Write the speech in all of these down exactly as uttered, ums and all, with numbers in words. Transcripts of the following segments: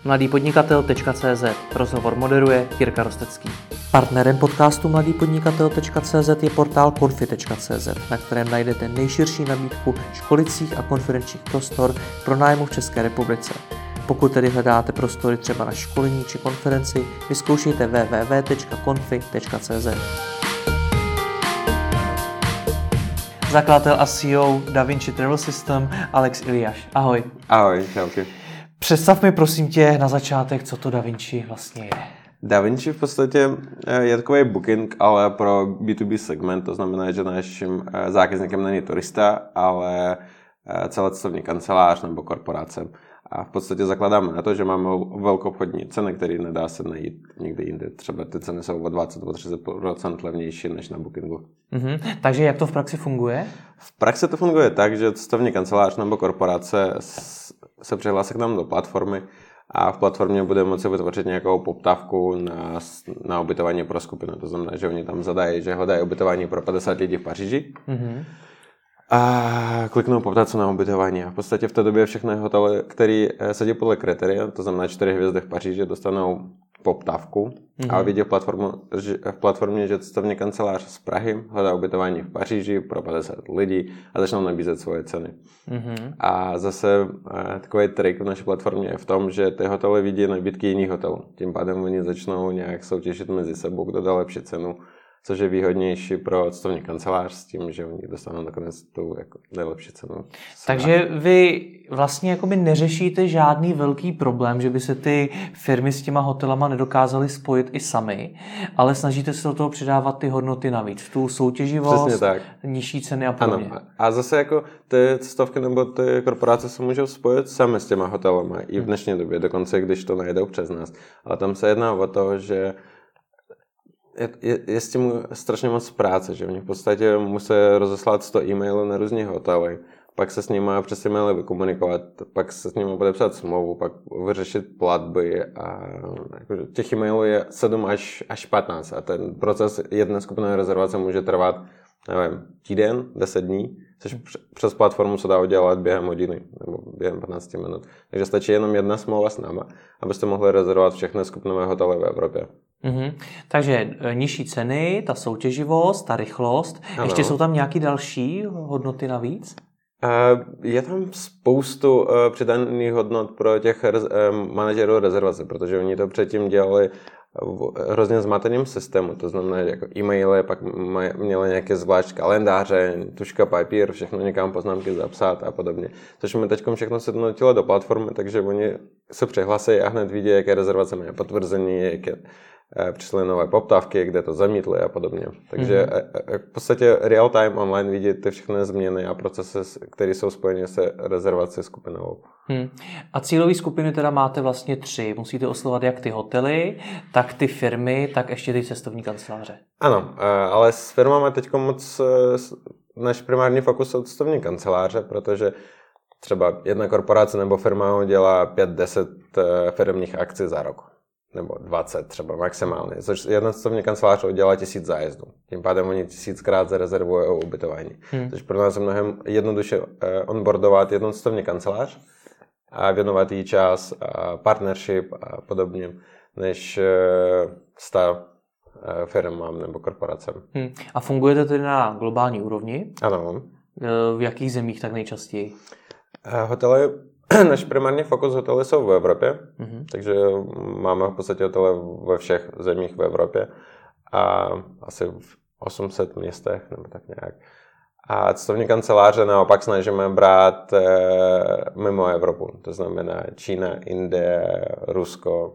mladý podnikatel tečka cé zet. Rozhovor moderuje Jirka Rostecký. Partnerem podcastu mladý podnikatel tečka cé zet je portál konfi tečka cé zet, na kterém najdete nejširší nabídku školicích a konferenčních prostor pro nájmu v České republice. Pokud tedy hledáte prostory třeba na školení či konferenci, vyzkoušejte w w w tečka konfi tečka cé zet. Zakladatel a C E O DaVinci Travel System Alex Iliáš. Ahoj. Ahoj, čauky. Představ mi prosím tě na začátek, co to DaVinci vlastně je. DaVinci v podstatě je takový booking, ale pro B two B segment, to znamená, že naším zákazníkem není turista, ale celocestovní kancelář nebo korporace. A v podstatě zakládáme na to, že máme velkoobchodní ceny, které nedá se najít nikdy jinde. Třeba ty ceny jsou o dvacet až třicet procent levnější než na bookingu. Mm-hmm. Takže jak to v praxi funguje? V praxi to funguje tak, že cestovní kancelář nebo korporace se přihlásí k nám do platformy a v platformě bude moci vytvořit nějakou poptávku na, na ubytování pro skupinu. To znamená, že oni tam zadají, že hledají ubytování pro padesát lidí v Paříži. Mm-hmm. A kliknou poptávku na ubytování. A v podstatě v té době všechny hotely, které sedí podle kritéria, to znamená čtyři hvězdy v Paříži, dostanou poptávku mm-hmm. a vidí v, platformu, v platformě, že cestovní kancelář z Prahy hledá ubytování v Paříži pro padesát lidí a začnou nabízet svoje ceny. Mm-hmm. A zase takový trik v naší platformě je v tom, že ty hotely vidí nabídky jiných hotelů. Tím pádem oni začnou nějak soutěžit mezi sebou, kdo dá lepší cenu, což je výhodnější pro cestovní kancelář s tím, že oni dostanou nakonec tu jako nejlepší cenu. Takže vy vlastně jakoby neřešíte žádný velký problém, že by se ty firmy s těma hotelama nedokázaly spojit i sami, ale snažíte se do toho přidávat ty hodnoty navíc, tu soutěživost, nižší ceny a podobně. Ano. A zase jako ty cestovky nebo ty korporace se můžou spojit sami s těma hotelama i v dnešní době, dokonce když to najdou přes nás. Ale tam se jedná o to, že Je, je, je s tím strašně moc práce, že oni v podstatě musí rozeslat sto e-mailů na různých hotely, pak se s nimi přes e-maily vykomunikovat, pak se s nimi podepsat smlouvu, pak vyřešit platby a jakože těch e-mailů je sedm až patnáct a ten proces jedné skupinové rezervace může trvat, nevím, týden, deset dní, což přes platformu se dá udělat během hodiny nebo během patnáct minut. Takže stačí jenom jedna smlouva s náma, abyste mohli rezervovat všechny skupinové hotely v Evropě. Mm-hmm. Takže nižší ceny, ta soutěživost, ta rychlost. Ano. Ještě jsou tam nějaké další hodnoty navíc? Je tam spoustu přidaných hodnot pro těch manažerů rezervace, protože oni to předtím dělali v hrozně zmateném systému, to znamená jako e-maily, pak měli nějaké zvlášť kalendáře, tuška, papír, všechno někam poznámky zapsat a podobně. Což mi teď všechno se donutilo do platformy, takže oni se přihlásí a hned vidí, jaké rezervace mají potvrzení, jaké přišly nové poptávky, kde to zamítli a podobně. Takže mm-hmm. v podstatě real time online vidí ty všechny změny a procesy, které jsou spojeny se rezervací skupinovou. Hmm. A cílové skupiny teda máte vlastně tři. Musíte oslovovat jak ty hotely, tak ty firmy, tak ještě ty cestovní kanceláře. Ano, ale s firmami teď moc náš primární fokus jsou cestovní kanceláře, protože třeba jedna korporace nebo firma dělá pět deset firmních akcí za rok. Nebo dvacet třeba maximálně, což jedna cestovní kancelář udělá tisíc zájezdů. Tím pádem oni tisíckrát zarezervují ubytování. Hmm. Což pro nás je mnohem jednoduše onboardovat jednu cestovní kancelář a věnovat jí čas, a partnership a podobně, než sta firmám nebo korporacem. Hmm. A fungujete tedy na globální úrovni? Ano. V jakých zemích tak nejčastěji? Hotely Náš primární fokus hotely jsou v Evropě, mm-hmm. takže máme v podstatě hotely ve všech zemích v Evropě a asi v osm set městech nebo tak nějak. A cestovní kanceláře naopak snažíme brát e, mimo Evropu, to znamená Čína, Indie, Rusko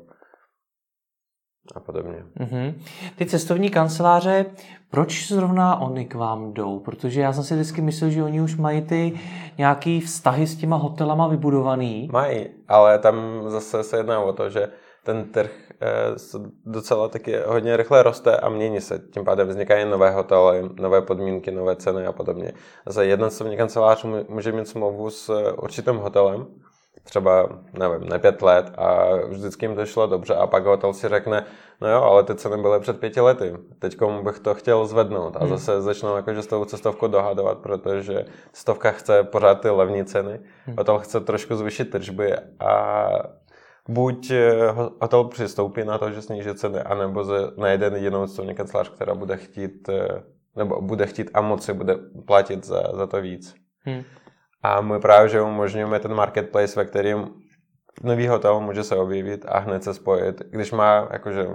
a podobně. Mm-hmm. Ty cestovní kanceláře, proč zrovna oni k vám jdou? Protože já jsem si vždycky myslel, že oni už mají ty nějaký vztahy s těma hotelama vybudovaný. Mají, ale tam zase se jedná o to, že ten trh docela taky hodně rychle roste a mění se. Tím pádem vznikají nové hotely, nové podmínky, nové ceny a podobně. Zase jeden cestovní kancelář může mít smlouvu s určitým hotelem, třeba, nevím, na pět let a vždycky jim to šlo dobře a pak hotel si řekne, no jo, ale ty ceny byly před pěti lety, teďkom bych to chtěl zvednout a zase začnou jakože s tou cestovkou dohadovat, protože cestovka chce pořád ty levné ceny, hotel chce trošku zvýšit tržby a buď hotel přistoupí na to, že sníží ceny, anebo najde jinou cestovní kancelář, která bude chtít, nebo bude chtít a moci bude platit za, za to víc. Hmm. A my právě, že umožňujeme ten marketplace, ve kterém nový hotel může se objevit a hned se spojit, když má jakože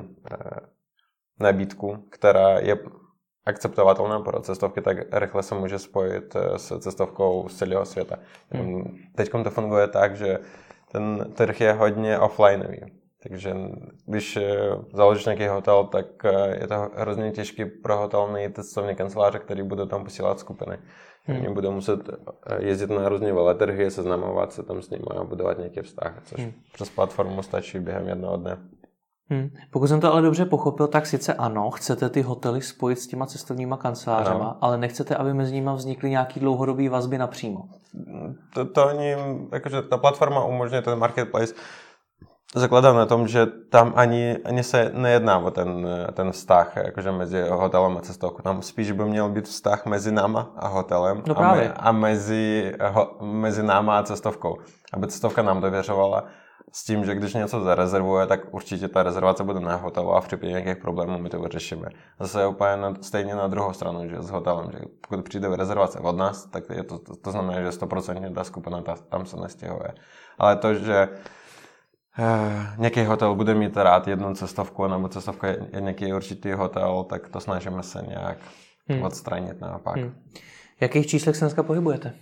nabídku, která je akceptovatelná pro cestovky, tak rychle se může spojit s cestovkou z celého světa. Hmm. Teď to funguje tak, že ten trh je hodně offlineový. Takže když založíš nějaký hotel, tak je to hrozně těžké pro hotel najít cestovní kanceláře, který budou tam posílat skupiny. Hmm. Oni budou muset jezdit na různé veletrhy, seznamovat se tam s nimi a budovat nějaký vztah, což hmm. přes platformu stačí během jednoho dne. Hmm. Pokud jsem to ale dobře pochopil, tak sice ano, chcete ty hotely spojit s těma cestovníma kancelářema, ano. ale nechcete, aby mezi nimi vznikly nějaký dlouhodobý vazby napřímo. To, to oni, jakože ta platforma umožňuje ten marketplace, zakladá na tom, že tam ani, ani se nejedná o ten, ten vztah jakože mezi hotelem a cestovkou. Tam spíš by měl být vztah mezi náma a hotelem no a, me, a mezi, ho, mezi náma a cestovkou. Aby cestovka nám dověřovala s tím, že když něco zarezervuje, tak určitě ta rezervace bude na hotelu a v případě nějakých problémů my to vyřešíme. Zase je úplně na, stejně na druhou stranu, že s hotelem, že pokud přijde rezervace od nás, tak je to, to, to znamená, že sto procent ta skupina ta, tam se nestěhuje. Ale to, že Uh, nějaký hotel bude mít rád jednu cestovku, nebo cestovka je nějaký určitý hotel, tak to snažíme se nějak hmm. odstranit naopak. Hmm. V jakých číslech se dneska pohybujete?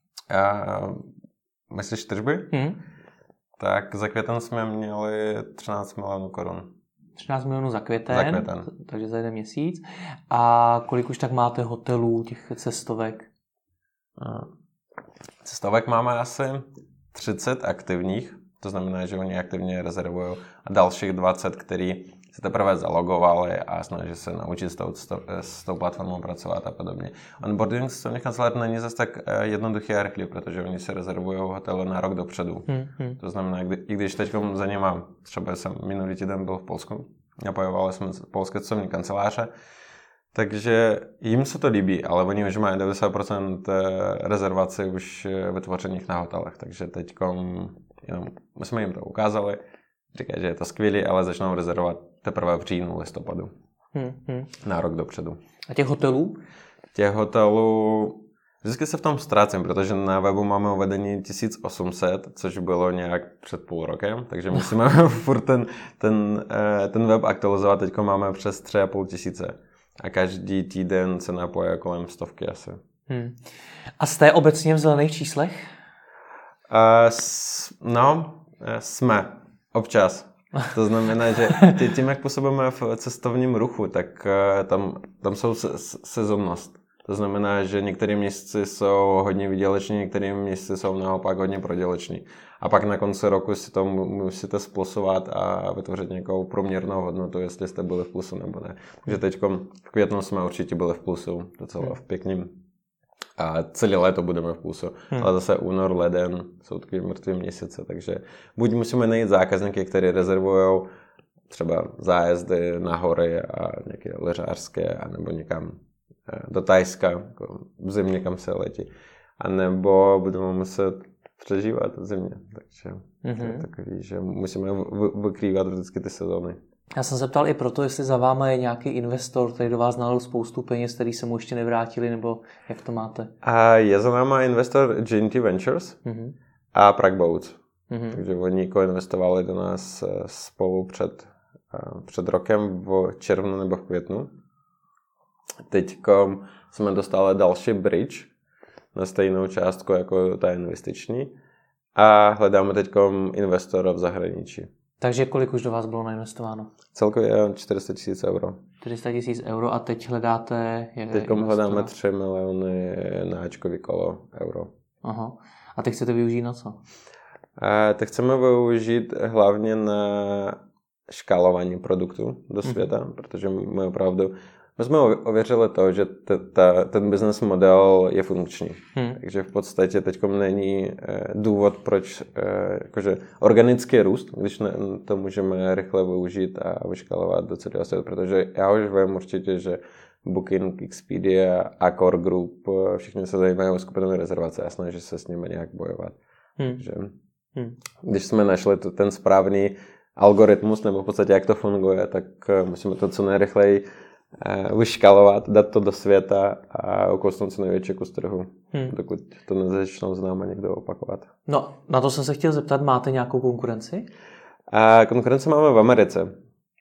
Uh, myslíš tržby? Hmm. Tak za květen jsme měli třináct milionů korun. třináct milionů za květen, za květen, takže za jeden měsíc. A kolik už tak máte hotelů, těch cestovek? Uh, cestovek máme asi třicet aktivních. To znamená, že oni aktivně rezervují a dalších dvacet, který se teprve zalogovali a snaží se naučit s tou, s tou platformou pracovat a podobně. Onboarding cestovních kanceláří není zase tak jednoduchý a rychlý, protože oni se rezervují hotely na rok dopředu. Hmm, hmm. To znamená, kdy, i když teď za nima, třeba jsem minulý týden byl v Polsku, napojovali jsme polské cestovní kanceláře, takže jim se to líbí, ale oni už mají devadesát procent rezervací už vytvořených na hotelech, takže teďkom jenom my jsme jim to ukázali, říkají, že je to skvělé, ale začnou rezervovat teprve v říjnu, listopadu. Hmm, hmm. Na rok dopředu. A těch hotelů? Těch hotelů vždycky se v tom ztrácím, protože na webu máme uvedení tisíc osm set, což bylo nějak před půl rokem, takže musíme furt ten, ten, ten web aktualizovat. Teď máme přes tři a půl tisíce a každý týden se napoje kolem stovky asi. Hmm. A jste obecně v zelených číslech? Uh, s, no, jsme. Občas. To znamená, že tím, jak působíme v cestovním ruchu, tak uh, tam, tam jsou se, sezonnost. To znamená, že některé měsíce jsou hodně výděleční, některé měsíce jsou naopak hodně proděleční. A pak na konci roku si to musíte splusovat a vytvořit nějakou průměrnou hodnotu, jestli jste byli v plusu nebo ne. Takže teď v květnu jsme určitě byli v plusu, docela v pěkným. A celé léto budeme v plusu. Hmm. Ale zase únor, leden jsou takové mrtvé měsíce, takže buď musíme najít zákazníky, kteří rezervují třeba zájezdy na hory a nějaké lyžařské, anebo někam do Thajska, jako v zimě, kam se letí. A nebo budeme muset přežívat v zimě. Takže mm-hmm. to je takový, že musíme vykrývat vždycky ty sezóny. Já jsem se ptal i proto, jestli za váma je nějaký investor, který do vás nalil spoustu peněz, který se mu ještě nevrátili, nebo jak to máte? A je za náma investor G N T Ventures mm-hmm. a Prague Boats. Mm-hmm. Takže oni koinvestovali do nás spolu před, před rokem v červnu nebo v květnu. Teď jsme dostali další bridge na stejnou částku jako ta investiční a hledáme teď investora v zahraničí. Takže kolik už do vás bylo nainvestováno? Celkově čtyři sta tisíc euro. čtyři sta tisíc euro a teď hledáte... Teď hledáme tři miliony na áčkový kolo euro. Aha. A teď chcete využít na co? A teď chceme využít hlavně na škálování produktu do světa, mm. protože my opravdu... My jsme ověřili to, že t- ta, ten business model je funkční. Hmm. Takže v podstatě teď není eh, důvod, proč eh, jakože organický růst, když ne, to můžeme rychle využít a vyškalovat do celého světa, protože já už vím určitě, že Booking, Expedia, Accor Group, všichni se zajímají o skupinové rezervace a snaží se s nimi nějak bojovat. Hmm. Takže Hmm. Když jsme našli ten správný algoritmus, nebo v podstatě jak to funguje, tak musíme to co nejrychleji vyškalovat, dát to do světa a ukousnout co největší kus trhu, hmm. dokud to nezačnou známo někdo opakovat. No, na to jsem se chtěl zeptat, máte nějakou konkurenci? A konkurenci máme v Americe,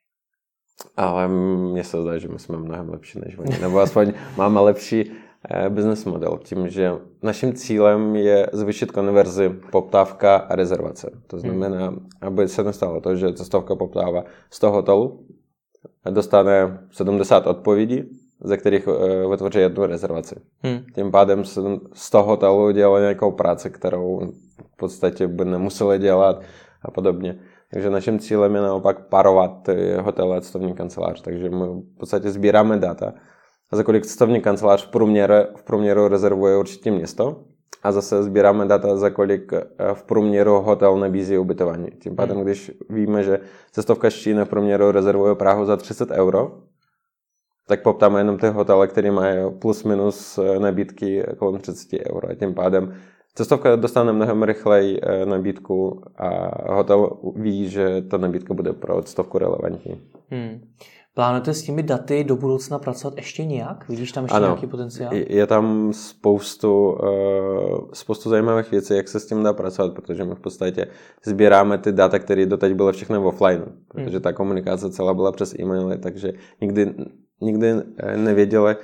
ale mně se zdá, že my jsme mnohem lepší než oni, nebo aspoň máme lepší business model, tím, že naším cílem je zvýšit konverzi poptávka a rezervace. To znamená, hmm. aby se nestalo to, že cestovka poptává z toho hotelu, dostane sedmdesát odpovědí, ze kterých vytvoří jednu rezervaci. Hmm. Tím pádem se z toho hotelu dělá nějakou práci, kterou v podstatě by nemuseli dělat a podobně. Takže naším cílem je naopak parovat hotely a cestovní kancelář. Takže my v podstatě sbíráme data, a za kolik cestovní kancelář v průměru, v průměru rezervuje určitě město a zase sbíráme data, za kolik v průměru hotel nabízí ubytování. Tím pádem, když víme, že cestovka z Číny v průměru rezervuje Prahu za třicet euro, tak poptáme jenom ty hotely, které mají plus minus nabídky kolem třicet euro. A tím pádem cestovka dostane mnohem rychleji nabídku a hotel ví, že ta nabídka bude pro cestovku relevantní. Hmm. Plánujete s těmi daty do budoucna pracovat ještě nějak? Vidíš tam ještě ano, nějaký potenciál? Je tam spoustu, uh, spoustu zajímavých věcí, jak se s tím dá pracovat, protože my v podstatě sbíráme ty data, které doteď byly všechny v offline, protože hmm. ta komunikace celá byla přes e-maily, takže nikdy, nikdy nevěděli,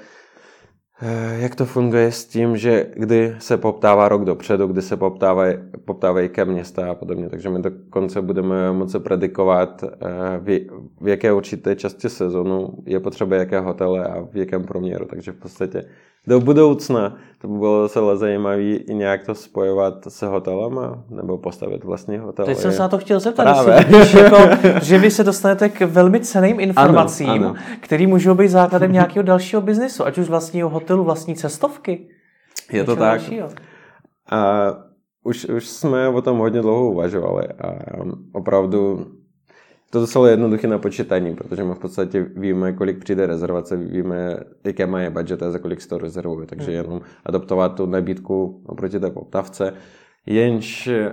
jak to funguje s tím, že kdy se poptává rok dopředu, kdy se poptávají, poptávají ke města a podobně. Takže my dokonce budeme moci predikovat, v, v jaké určité části sezonu je potřeba jaké hotely a v jakém průměru. Takže v podstatě do budoucna to by bylo docela zajímavé i nějak to spojovat s hotelama nebo postavit vlastní hotel. Teď jsem se na to chtěl zeptat, víš, jako, že vy se dostanete k velmi cenným informacím, ano, ano. které můžou být základem nějakého dalšího biznisu, ať už vlastního hotelu, vlastní cestovky. Je to tak. A už, už jsme o tom hodně dlouho uvažovali a opravdu to docela jednoduché na počítání, protože my v podstatě víme, kolik přijde rezervace, víme, jaké mají budget a za kolik se to rezervuje, takže jenom adaptovat tu nabídku oproti té poptávce. Jenž eh,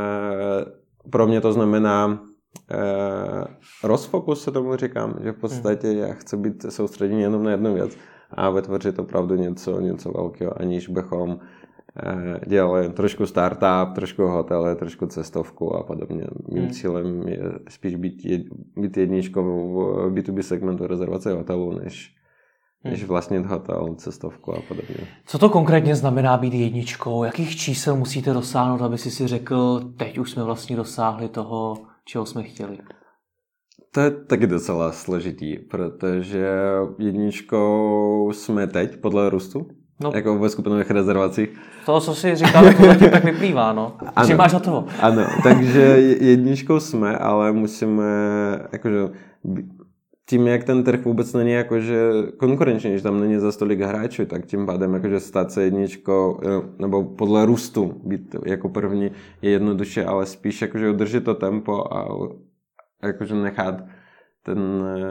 pro mě to znamená eh, rozfokus, se tomu říkám, že v podstatě já chci být soustředěný jenom na jednu věc a vytvořit opravdu něco, něco velkého, aniž bychom dělali trošku startup, trošku hotely, trošku cestovku a podobně. Mým hmm. cílem je spíš být, jed, být jedničkou v bé dvě bé segmentu rezervace hotelů, než, hmm. než vlastnit hotel, cestovku a podobně. Co to konkrétně znamená být jedničkou? Jakých čísel musíte dosáhnout, aby si si řekl, teď už jsme vlastně dosáhli toho, čeho jsme chtěli? To je taky docela složitý, protože jedničkou jsme teď podle růstu. No. Jako ve skupinových rezervacích. To, co si říkal, to tím tak vyplývá, no. Ano, že máš na toho. Ano, takže jedničkou jsme, ale musíme, jakože, tím, jak ten trh vůbec není jakože konkurenční, že tam není za stolik hráčů, tak tím pádem jakože stát se jedničkou, nebo podle růstu být jako první je jednoduše, ale spíš jakože udržet to tempo a jakože nechat ten,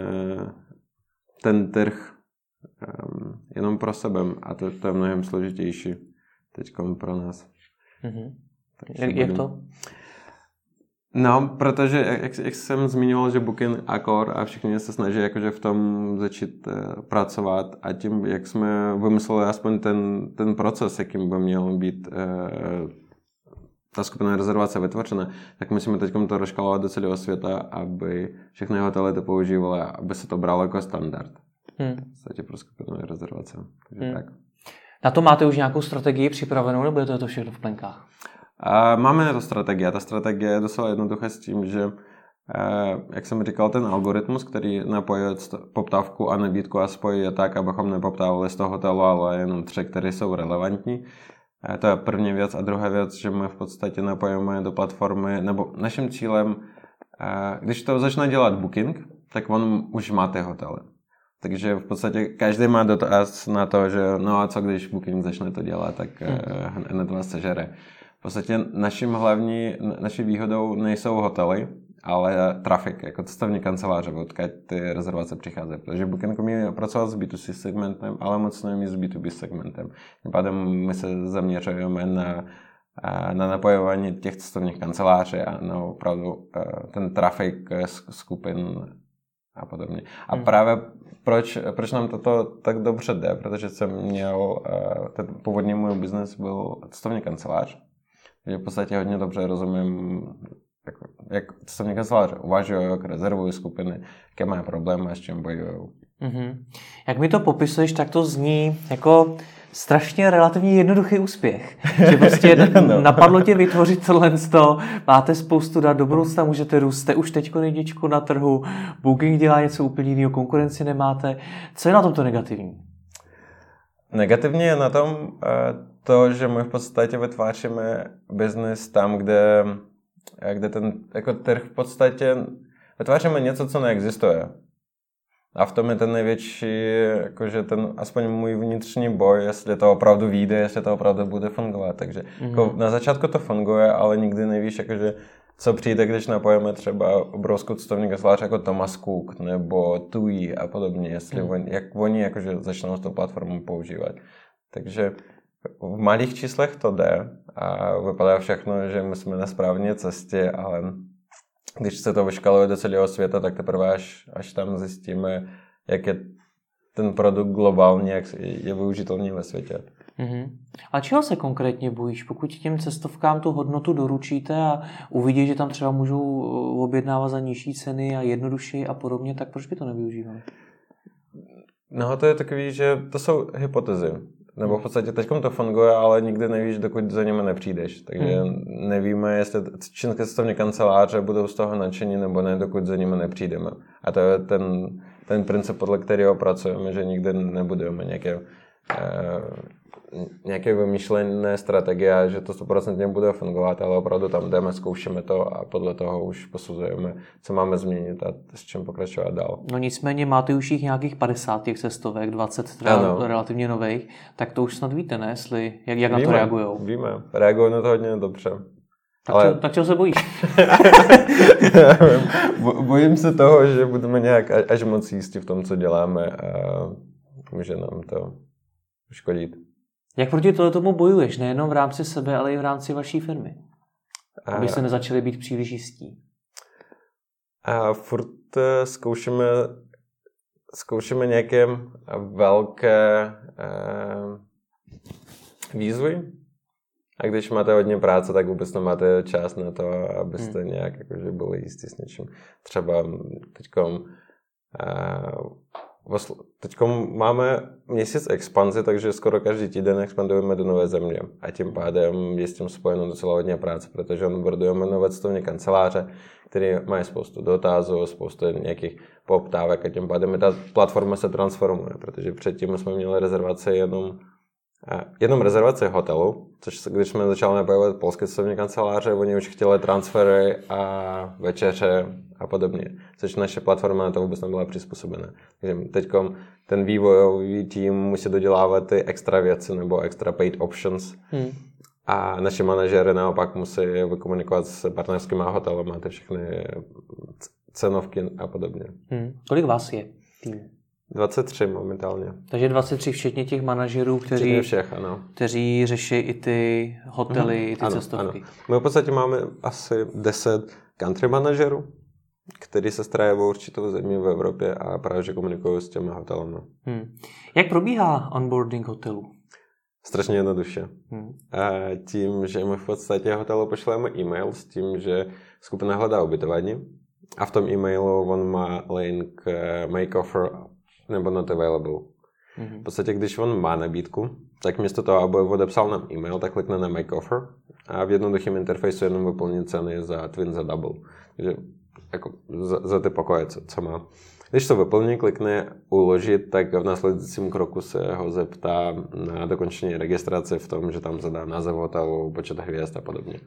ten trh Um, jenom pro sebe a to, to je mnohem složitější teďkom pro nás. Mm-hmm. Jak, jak to? No, protože jak, jak jsem zmiňoval, že Booking, Accor a všichni se snaží jakože v tom začít uh, pracovat a tím, jak jsme vymysleli aspoň ten, ten proces, jakým by měl být uh, ta skupina rezervace vytvořena, tak musíme teď to rozškalovat do celého světa, aby všechny hotely to používaly, aby se to bralo jako standard. Hmm. V podstatě pro skupinové rezervace. Takže hmm. tak. Na to máte už nějakou strategii připravenou, nebo je to, je to všechno v plenkách? Uh, máme na to strategii. A ta strategie je docela jednoduchá s tím, že, uh, jak jsem říkal, ten algoritmus, který napojuje poptávku a nabídku a spojí je tak, abychom nepoptávali z toho hotelu, ale jenom tři, které jsou relevantní. Uh, to je první věc. A druhá věc, že my v podstatě napojíme do platformy, nebo naším cílem, uh, když to začne dělat Booking, tak on už má ty hotely. Takže v podstatě každý má dotaz na to, že no a co když Booking začne to dělat, tak hmm. hned vás sežere. V podstatě naším hlavní, naší výhodou nejsou hotely, ale trafik, jako cestovní kanceláře, odkud ty rezervace přicházejí. Protože Booking umí pracovat s bé dvě C segmentem, ale moc neumí s bé dvě bé segmentem. Tím pádem my se zaměřujeme na na napojování těch cestovních kanceláří a na opravdu ten trafik skupin a podobně. A hmm. právě proč, proč nám toto tak dobře jde, protože jsem měl, ten původní můj biznes byl cestovní kancelář, takže v podstatě hodně dobře rozumím, jak, jak cestovní kanceláře uvažují, jak rezervují skupiny, jaké mají problémy a s čím bojují. Mm-hmm. Jak mi to popisuješ, tak to zní jako strašně relativně jednoduchý úspěch. Že prostě no. napadlo tě vytvořit tohle, máte spoustu dat, do budoucna můžete růst, jste už teďko nejděčko na trhu, Booking dělá něco úplně jiného, konkurenci nemáte. Co je na tomto negativní? Negativní je na tom to, že my v podstatě vytváříme biznis tam, kde, kde ten jako trh v podstatě vytváříme něco, co neexistuje. A v tom je ten největší, jakože ten aspoň můj vnitřní boj, jestli to opravdu vyjde, jestli to opravdu bude fungovat. Takže mm-hmm. jako na začátku to funguje, ale nikdy nevíš, jakože, co přijde, když napojíme třeba obrovskou cestovní kancelář jako Thomas Cook nebo TUI a podobně, jestli mm-hmm. oni, jak oni jakože začnou tu platformu používat. Takže v malých číslech to jde a vypadá všechno, že my jsme na správné cestě, ale když se to vyškaluje do celého světa, tak teprve až, až tam zjistíme, jak je ten produkt globálně, jak je využitelný ve světě. Mm-hmm. A čeho se konkrétně bojíš? Pokud těm cestovkám tu hodnotu doručíte a uvidí, že tam třeba můžou objednávat za nižší ceny a jednodušeji a podobně, tak proč by to nevyužívali? No to je takový, že to jsou hypotézy. Nebo v podstatě teďkom to funguje, ale nikdy nevíš, dokud za nimi nepřijdeš. Takže hmm. nevíme, jestli čínské cestovní kanceláře budou z toho nadšení nebo ne, dokud za nimi nepřijdeme. A to je ten, ten princip, podle kterého pracujeme, že nikdy nebudeme nějaké, eh, nějaké vymyšlené strategie, že to sto procent bude fungovat, ale opravdu tam jdeme, zkoušíme to a podle toho už posuzujeme, co máme změnit a s čím pokračovat dál. No nicméně máte už jich nějakých padesát těch cestovek, dvacet teda relativně nových, tak to už snad víte, ne? Jestli, jak, jak na to reagujou? Víme, reagují na to hodně dobře. Tak, ale... tak čeho se bojíš? Bojím se toho, že budeme nějak až moc jistí v tom, co děláme a může nám to škodit. Jak proti tomu bojuješ? Nejenom v rámci sebe, ale i v rámci vaší firmy? Aby se nezačali být příliš jistí. A furt zkoušíme, zkoušíme nějaké velké eh, výzvy. A když máte hodně práce, tak vůbec nemáte čas na to, abyste hmm. nějak jakože byli jistí s něčím. Třeba teďkom eh, Teď máme měsíc expanzi, takže skoro každý týden expandujeme do nové země. A tím pádem je s tím spojeno docela hodně práce, protože onboardujeme nové cestovní kanceláře, které mají spoustu dotazů, spoustu nějakých poptávek a tím pádem ta platforma se transformuje, protože předtím jsme měli rezervace jenom, jenom rezervace hotelu, což když jsme začali napojovat polské cestovní kanceláře, oni už chtěli transfery a večeře a podobně, což naše platforma na to vůbec nebyla přizpůsobená. Takže teďkom ten vývojový tým musí dodělávat ty extra věci nebo extra paid options hmm. a naši manažery naopak musí vykomunikovat s partnerskými hotelami, ty všechny cenovky a podobně. Hmm. Kolik vás je tým? dvacet tři momentálně. Takže dvacet tři včetně těch manažerů, kteří, všech, ano. kteří řeší i ty hotely, mm-hmm. i ty ano, cestovky. Ano. My v podstatě máme asi deset country manažerů, kteří se starají o určitou zemi v Evropě a právě že komunikují s těmi hotelami. Hmm. Jak probíhá onboarding hotelů? Strašně jednoduše. Hmm. A tím, že my v podstatě hotelu pošleme e-mail s tím, že skupina hledá ubytování a v tom e-mailu on má link make offer nebo not available. Mm-hmm. V podstatě, když on má nabídku, tak místo toho, aby odepsal nám e-mail, tak klikne na make offer a v jednoduchém interfejsu jenom vyplní ceny za twin, za double. Takže jako za, za ty pokoje, co, co má. Když to vyplní, klikne uložit, tak v následujícím kroku se ho zeptá na dokončení registrace v tom, že tam zadá název hotelu, počet hvězd a podobně.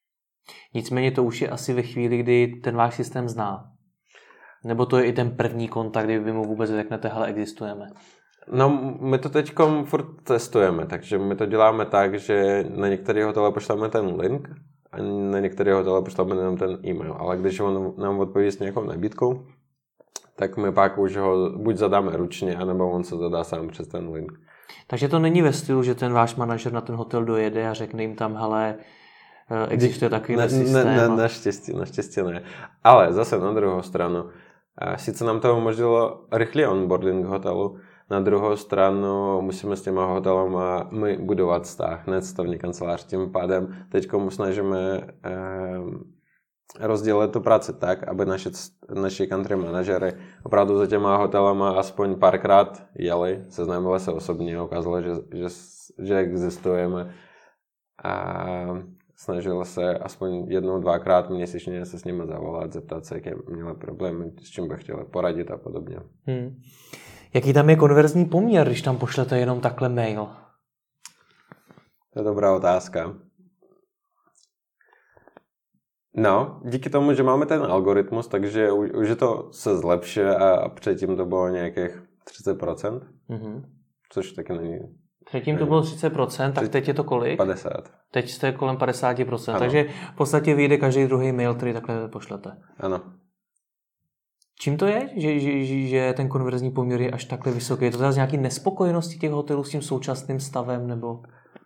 Nicméně to už je asi ve chvíli, kdy ten váš systém zná. Nebo to je i ten první kontakt, kdy vy mu vůbec řeknete, hele, existujeme? No, my to teďkom furt testujeme, takže my to děláme tak, že na některé hotely pošleme ten link a na některé hotely pošleme jenom ten e-mail. Ale když on nám odpoví s nějakou nabídkou, tak my pak už ho buď zadáme ručně, anebo on se zadá sám přes ten link. Takže to není ve stylu, že ten váš manažer na ten hotel dojede a řekne jim tam, hele, existuje takový na, systém. Na, na, naštěstí, naštěstí ne. Ale zase na druhou stranu, sice nám to umožnilo rychlý onboarding hotelu, na druhou stranu musíme s těma hotelama my budovat vztah, ne cestovní kancelář. Tím pádem teď snažíme eh, rozdělit tu práci tak, aby naši, naši country manažery opravdu za těma hotelama aspoň párkrát jeli, seznámili se osobně, ukázalo, že, že, že existujeme a snažili se aspoň jednou, dvakrát měsíčně se s nimi zavolat, zeptat se, jaké měli problémy, s čím by chtěli poradit a podobně. Hmm. Jaký tam je konverzní poměr, když tam pošlete jenom takhle mail? To je dobrá otázka. No, díky tomu, že máme ten algoritmus, takže už je to se zlepšuje a předtím to bylo nějakých třicet procent, mm-hmm. což taky není. Předtím to bylo třicet procent, tak teď je to kolik? padesát. Teď jste kolem padesát procent, ano. Takže v podstatě vyjde každý druhý mail, který takhle pošlete. Ano. Čím to je, že, že, že ten konverzní poměr je až takhle vysoký? Je to teda z nějaký nespokojenosti těch hotelů s tím současným stavem, nebo?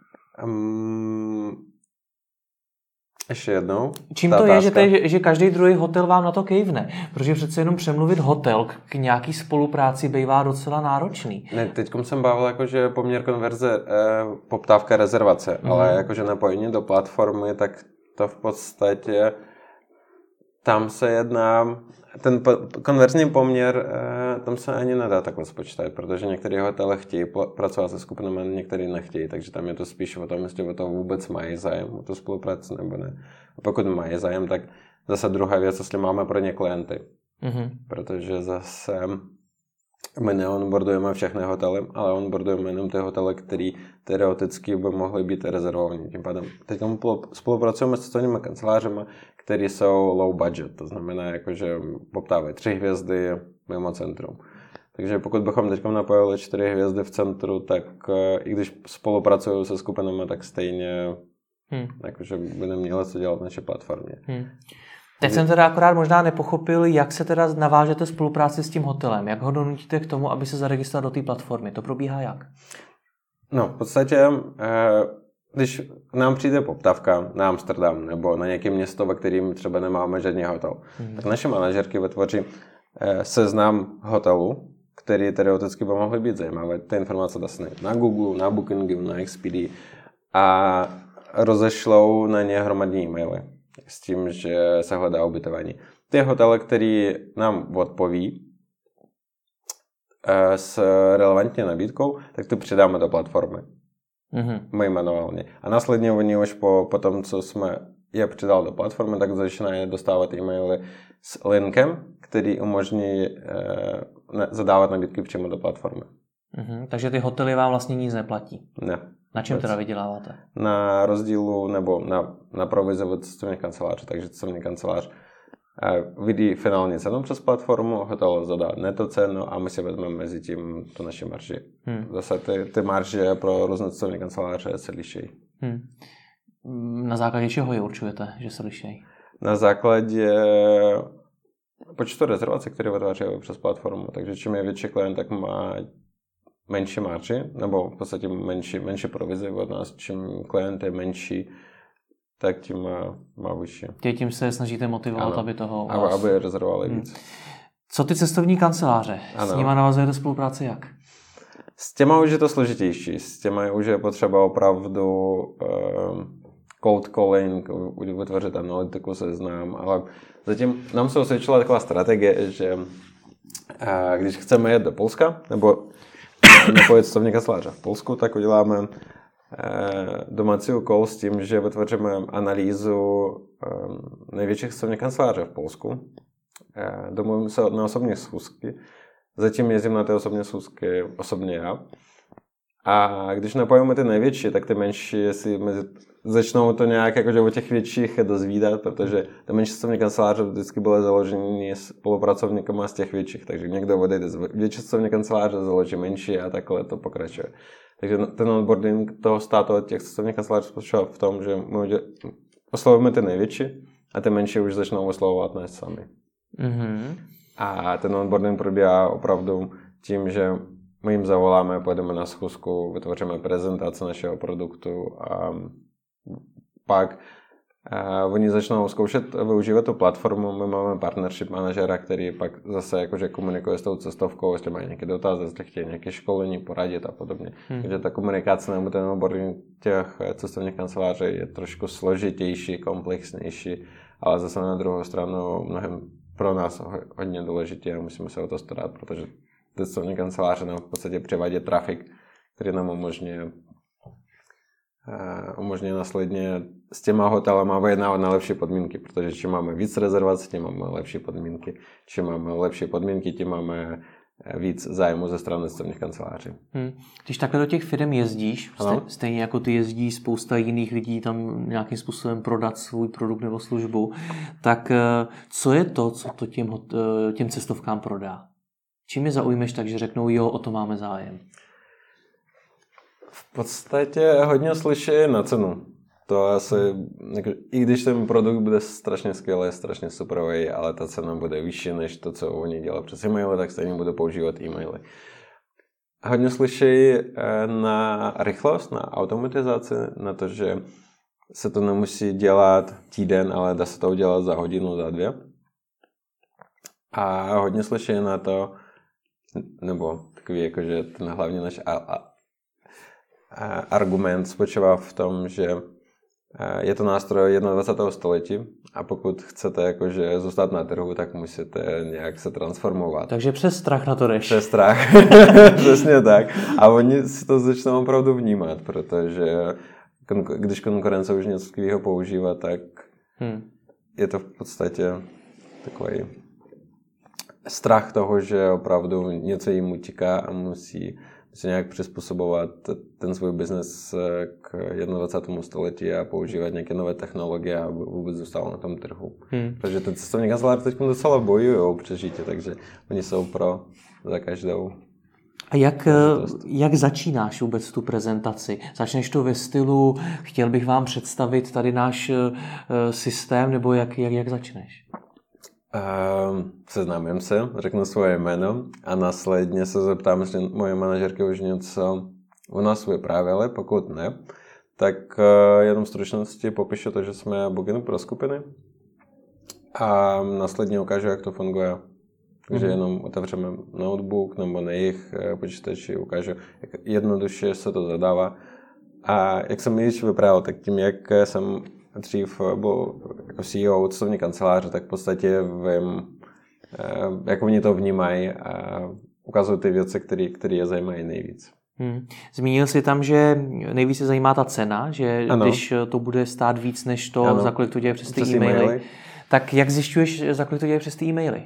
Um, ještě jednou. Čím to je, že, to je že, že každý druhý hotel vám na to kejvne? Protože přece jenom přemluvit hotel k, k nějaký spolupráci bývá docela náročný. Ne, teďkom jsem bavil jakože poměr konverze eh, poptávka rezervace, mm. ale jakože napojení do platformy, tak to v podstatě tam se jedná, ten konverzní poměr, tam se ani nedá takhle spočítat, protože některé hotely chtějí pracovat se skupinami, některé nechtějí, takže tam je to spíš o tom, jestli o to vůbec mají zájem, o tu spolupráci nebo ne. A pokud mají zájem, tak zase druhá věc, jestli máme pro ně klienty, mm-hmm. protože zase my neonboardujeme všechny hotely, ale onboardujeme jenom ty hotely, které teoreticky by mohly být rezervovaní. Tím pádem teď spolupracujeme s cestovními kancelářemi, které jsou low budget, to znamená, jakože poptávají tři hvězdy mimo centrum. Takže pokud bychom teď napojili čtyři hvězdy v centru, tak i když spolupracují se skupinami, tak stejně hmm. jakože by neměli co dělat na naší platformě. Hmm. Teď jsem teda akorát možná nepochopil, jak se teda navážete spolupráci s tím hotelem. Jak ho donutíte k tomu, aby se zaregistroval do té platformy? To probíhá jak? No, v podstatě, když nám přijde poptávka na Amsterdam nebo na nějaké město, ve kterém třeba nemáme žádný hotel, hmm. tak naše manažerky vytvoří seznam hotelů, které teoreticky by mohly být zajímavé. Ty informace dostanou na Google, na Bookingu, na Expedia a rozešlou na ně hromadní e-maily s tím, že se hledá ubytování. Ty hotely, které nám odpoví s relevantní nabídkou, tak to přidáme do platformy. Mm-hmm. My manuálně. A následně oni už po, po tom, co jsme je přidali do platformy, tak začínají dostávat e-maily s linkem, který umožní eh, zadávat nabídky přímo do platformy. Mm-hmm. Takže ty hotely vám vlastně nic neplatí? Ne. Na čem teda vyděláváte? Na rozdílu nebo na, na provizi od cestovní kanceláře. Takže cestovní kancelář eh, vidí finální cenu přes platformu, hotel zadá neto cenu a my si vezmeme mezi tím tu naši marži. Hmm. Zase ty, ty marže pro různé cestovní kanceláře se liší. Hmm. Na základě čeho je určujete, že se liší? Na základě počtu rezervací, které vytvářejí přes platformu. Takže čím je větší klient, tak má menší marži, nebo v podstatě menší, menší provizi od nás. Čím klient je menší, tak tím má, má vyšší. Tě tím se snažíte motivovat, ano, aby toho... Aby, vás... aby rezervovali hmm. víc. Co ty cestovní kanceláře? Ano. S nima navazujete spolupráci jak? S těma už je to složitější. S těma už je potřeba opravdu um, cold calling, vytvořit analytiku, seznam, ale zatím nám se osvědčila taková strategie, že uh, když chceme jet do Polska, nebo napojit cestovní kanceláře v Polsku, tak uděláme uh, domácí úkol s tím, že vytvoříme analýzu um, největších cestovních kanceláří v Polsku. Uh, domluvím se na osobní schůzky. Zatím jezdím na ty osobní schůzky osobně já. A když napojíme ty největší, tak ty menší si mezi, začnou to nějak jakože o těch větších dozvídat, protože ty menší cestovní kanceláře vždycky byly založeny spolupracovníkama z těch větších. Takže někdo odejde z větší cestovní kanceláře, založí menší a takhle to pokračuje. Takže ten onboarding toho státu od těch cestovních kanceláří spočívá v tom, že my oslovujeme ty největší a ty menší už začnou oslovovat nás sami. Mm-hmm. A ten onboarding probíhá opravdu tím, že my jim zavoláme, pojedeme na schůzku, vytvoříme prezentaci našeho produktu a pak A oni začnou zkoušet využívat tu platformu, my máme partnership manažera, který pak zase jakože komunikuje s tou cestovkou, jestli mají nějaké dotazy, jestli chtějí nějaké školení, poradit a podobně. Hmm. Takže ta komunikace nebo ten onboarding těch cestovních kanceláří je trošku složitější, komplexnější, ale zase na druhou stranu mnohem pro nás hodně důležitý a musíme se o to starat, protože cestovní kanceláře nám v podstatě přivádí trafik, který nám umožňuje Uh, umožňuje následně s těma hotelama vyjednávat na lepší podmínky, protože čím máme víc rezervací, tím máme lepší podmínky. Čím máme lepší podmínky, tím máme víc zájmu ze strany cestovních kanceláří. Hmm. Když takhle do těch firm jezdíš, ano? Stejně jako ty jezdí spousta jiných lidí tam nějakým způsobem prodat svůj produkt nebo službu, tak co je to, co to těm, těm cestovkám prodá? Čím je zaujmeš tak, že řeknou, jo, o to máme zájem? V podstatě hodně slyší na cenu. To asi, i když ten produkt bude strašně skvělý, strašně superový, ale ta cena bude vyšší než to, co oni dělají přes e-maily, tak stejně budou používat e-maily. Hodně slyší na rychlost, na automatizaci, na to, že se to nemusí dělat týden, ale dá se to udělat za hodinu, za dvě. A hodně slyší na to, nebo takový jakože ten hlavně náš a, a, argument spočívá v tom, že je to nástroj dvacátého prvního století a pokud chcete jakože zůstat na trhu, tak musíte nějak se transformovat. Takže přes strach na to jdeš. Přes strach, přesně tak. A oni si to začnou opravdu vnímat, protože když konkurence už něco takového používá, tak hmm. je to v podstatě takový strach toho, že opravdu něco jim utíká a musí se nějak přizpůsobovat ten svůj biznes k dvacátému prvnímu století a používat nějaké nové technologie, aby vůbec zůstal na tom trhu. Hmm. Protože ten cestovní kancelář teď docela bojují o přežití, takže oni jsou pro za každou. A jak, jak začínáš vůbec tu prezentaci? Začneš to ve stylu, chtěl bych vám představit tady náš systém, nebo jak, jak, jak začneš? Uh, seznámím se, řeknu svoje jméno a následně se zeptám, jestli moje manažerky už něco u nás vyprávěly, pokud ne, tak uh, jenom v stručnosti popíšu to, že jsme bookiny pro skupiny a následně ukážu, jak to funguje. Takže mm-hmm. jenom otevřeme notebook nebo na jejich počítači, ukážu, jak jednoduše se to zadává. A jak jsem již vyprávěl, tak tím, jak jsem dřív byl jako C E O cestovní kanceláře, tak v podstatě vím, jak oni to vnímají a ukazují ty věci, které je zajímají nejvíc. Hmm. Zmínil jsi tam, že nejvíc se zajímá ta cena, že ano. Když to bude stát víc než to, ano. za kolik to děje přes ty přes e-maily. e-maily. Tak jak zjišťuješ, za kolik to děje přes ty e-maily?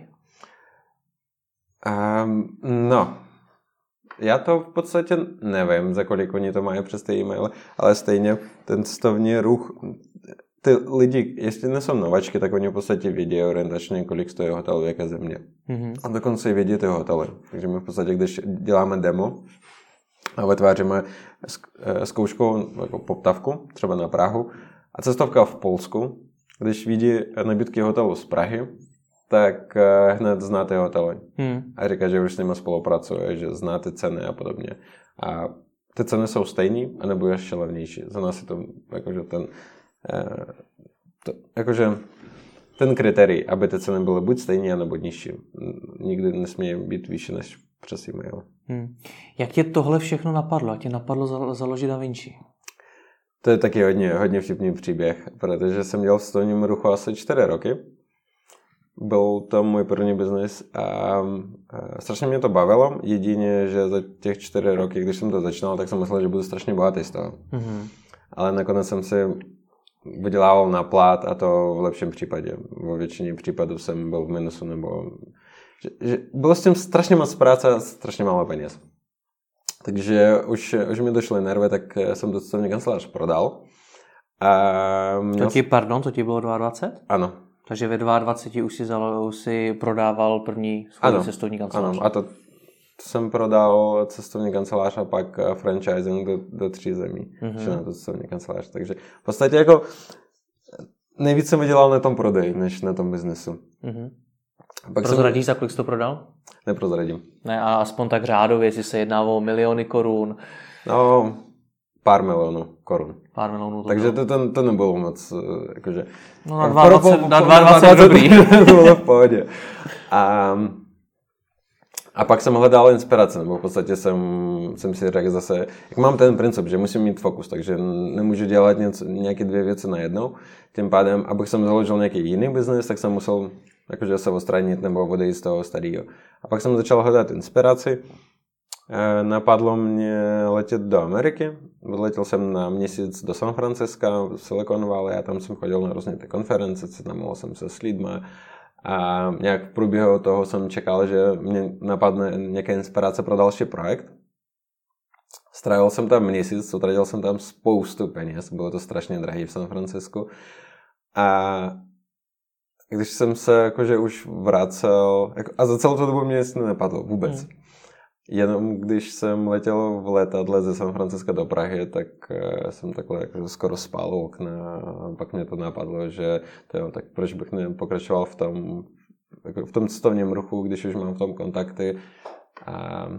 Um, no, já to v podstatě nevím, za kolik oni to mají přes ty e-maily, ale stejně ten cestovní ruch, ty lidi, jestli nejsou novačky, tak oni v podstatě vědí orientačně, kolik stojí hotel v jaké země. Mm-hmm. A dokonce i vědí ty hotely. Takže my v podstatě, když děláme demo a vytváříme zkouškou jako poptavku, třeba na Prahu, a cestovka v Polsku, když vidí nabídky hotelu z Prahy, tak hned zná ty hotely. Hmm. A říká, že už s nimi spolupracuje, že zná ty ceny a podobně. A ty ceny jsou stejný, anebo ještě levnější. Za nás je to jakože ten, to, jakože ten kritérií, aby ty ceny byly buď stejné, anebo nižší. Nikdy nesmí být vyšší než přes e-mail. Hmm. Jak tě tohle všechno napadlo? Jak tě napadlo založit DaVinci? To je taky hodně, hodně vtipný příběh, protože jsem dělal v cestovním ruchu asi čtyři roky. Byl to můj první biznis a, a strašně mě to bavilo. Jedině, že za těch čtyři roky, když jsem to začínal, tak jsem myslel, že budu strašně bohatý z toho. Mm-hmm. Ale nakonec jsem si vydělával na plat a to v lepším případě. Ve většině případů jsem byl v minusu nebo... Že, že bylo s tím strašně moc práce a strašně málo peněz. Takže už, už mi došly nervy, tak jsem to cestovní kancelář prodal. A měl... To ti, pardon, to ti bylo dvacet dva? Ano. Takže ve dvaceti dva už si, už si prodával první svůj cestovní kancelář. Ano, a to, to jsem prodal cestovní kancelář a pak franchising do, do tří zemí. Mm-hmm. Na to cestovní kancelář. Takže v podstatě jako nejvíc jsem vydělal na tom prodeji, než na tom biznesu. Mm-hmm. Prozradíš, za kolik jsi to prodal? Neprozradím. Ne, a aspoň tak řádově, jestli se jedná o miliony korun. No, pár milionů korun. Pár milionů to Takže to, to, to nebylo moc, jakože... No na dvacet dva je dobrý. To bylo v pohodě. A, a pak jsem hledal inspiraci, nebo v podstatě jsem, jsem si řekl zase, jak mám ten princip, že musím mít fokus, takže nemůžu dělat něco, nějaké dvě věci najednou. Tím pádem, abych jsem založil nějaký jiný biznes, tak jsem musel jakože se odstranit nebo odejít z toho starého. A pak jsem začal hledat inspiraci. Napadlo mě letět do Ameriky. Letěl jsem na měsíc do San Franciska, v Silicon Valley, a tam jsem chodil na různé ty konference, seznamoval jsem se s lidmi. A nějak v průběhu toho jsem čekal, že mě napadne nějaká inspirace pro další projekt. Strávil jsem tam měsíc, utratil jsem tam spoustu peněz, bylo to strašně drahé v San Francisku. A když jsem se jakože už vracel, jako, a za celou tu dobu mě nic nenapadlo vůbec. Hmm. Jenom když jsem letěl v letadle ze San Francisca do Prahy, tak uh, jsem takhle jako skoro spal u okna a pak mě to napadlo, že to jo, tak proč bych nepokračoval v tom, jako v tom cestovním ruchu, když už mám v tom kontakty. A,